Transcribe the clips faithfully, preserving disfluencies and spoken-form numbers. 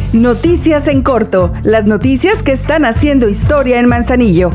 Noticias en corto, las noticias que están haciendo historia en Manzanillo.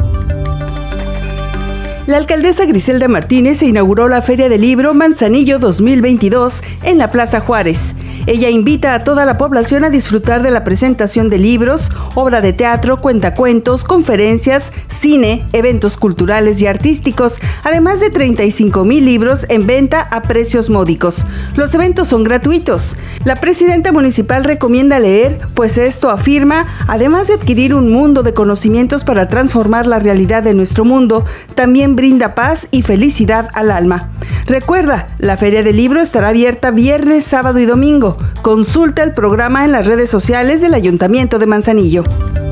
La alcaldesa Griselda Martínez inauguró la Feria del Libro Manzanillo dos mil veintidós en la Plaza Juárez. Ella invita a toda la población a disfrutar de la presentación de libros, obra de teatro, cuentacuentos, conferencias, cine, eventos culturales y artísticos, además de treinta y cinco mil libros en venta a precios módicos. Los eventos son gratuitos. La presidenta municipal recomienda leer, pues esto afirma, además de adquirir un mundo de conocimientos para transformar la realidad de nuestro mundo, también brinda paz y felicidad al alma. Recuerda, la Feria del Libro estará abierta viernes, sábado y domingo. Consulta el programa en las redes sociales del Ayuntamiento de Manzanillo.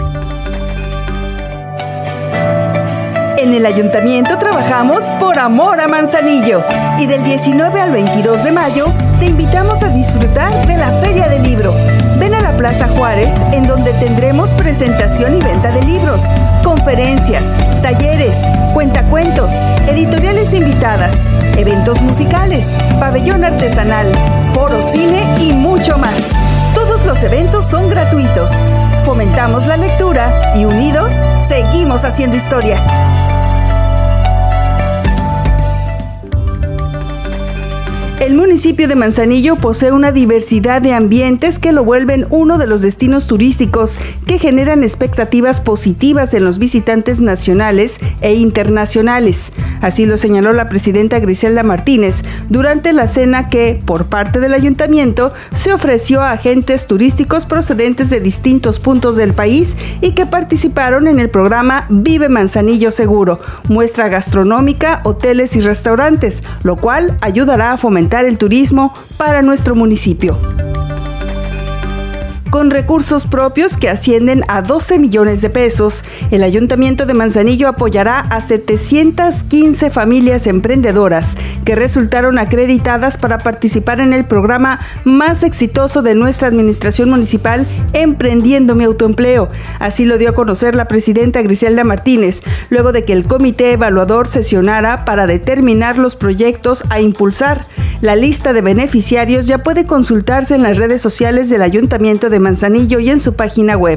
En el Ayuntamiento trabajamos por amor a Manzanillo y del diecinueve al veintidós de mayo te invitamos a disfrutar de la Feria del Libro. Ven a la Plaza Juárez, en donde tendremos presentación y venta de libros, conferencias, talleres, cuentacuentos, editoriales invitadas, eventos musicales, pabellón artesanal, foro cine y mucho más. Todos los eventos son gratuitos. Fomentamos la lectura y unidos seguimos haciendo historia. El municipio de Manzanillo posee una diversidad de ambientes que lo vuelven uno de los destinos turísticos que generan expectativas positivas en los visitantes nacionales e internacionales. Así lo señaló la presidenta Griselda Martínez durante la cena que, por parte del ayuntamiento, se ofreció a agentes turísticos procedentes de distintos puntos del país y que participaron en el programa Vive Manzanillo Seguro, muestra gastronómica, hoteles y restaurantes, lo cual ayudará a fomentar el turismo para nuestro municipio. Con recursos propios que ascienden a doce millones de pesos, el Ayuntamiento de Manzanillo apoyará a setecientas quince familias emprendedoras que resultaron acreditadas para participar en el programa más exitoso de nuestra administración municipal, Emprendiendo mi Autoempleo. Así lo dio a conocer la presidenta Griselda Martínez, luego de que el comité evaluador sesionara para determinar los proyectos a impulsar. La lista de beneficiarios ya puede consultarse en las redes sociales del Ayuntamiento de Manzanillo y en su página web.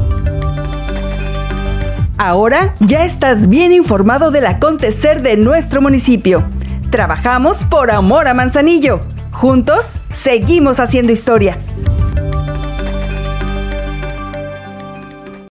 Ahora ya estás bien informado del acontecer de nuestro municipio. Trabajamos por amor a Manzanillo. Juntos seguimos haciendo historia.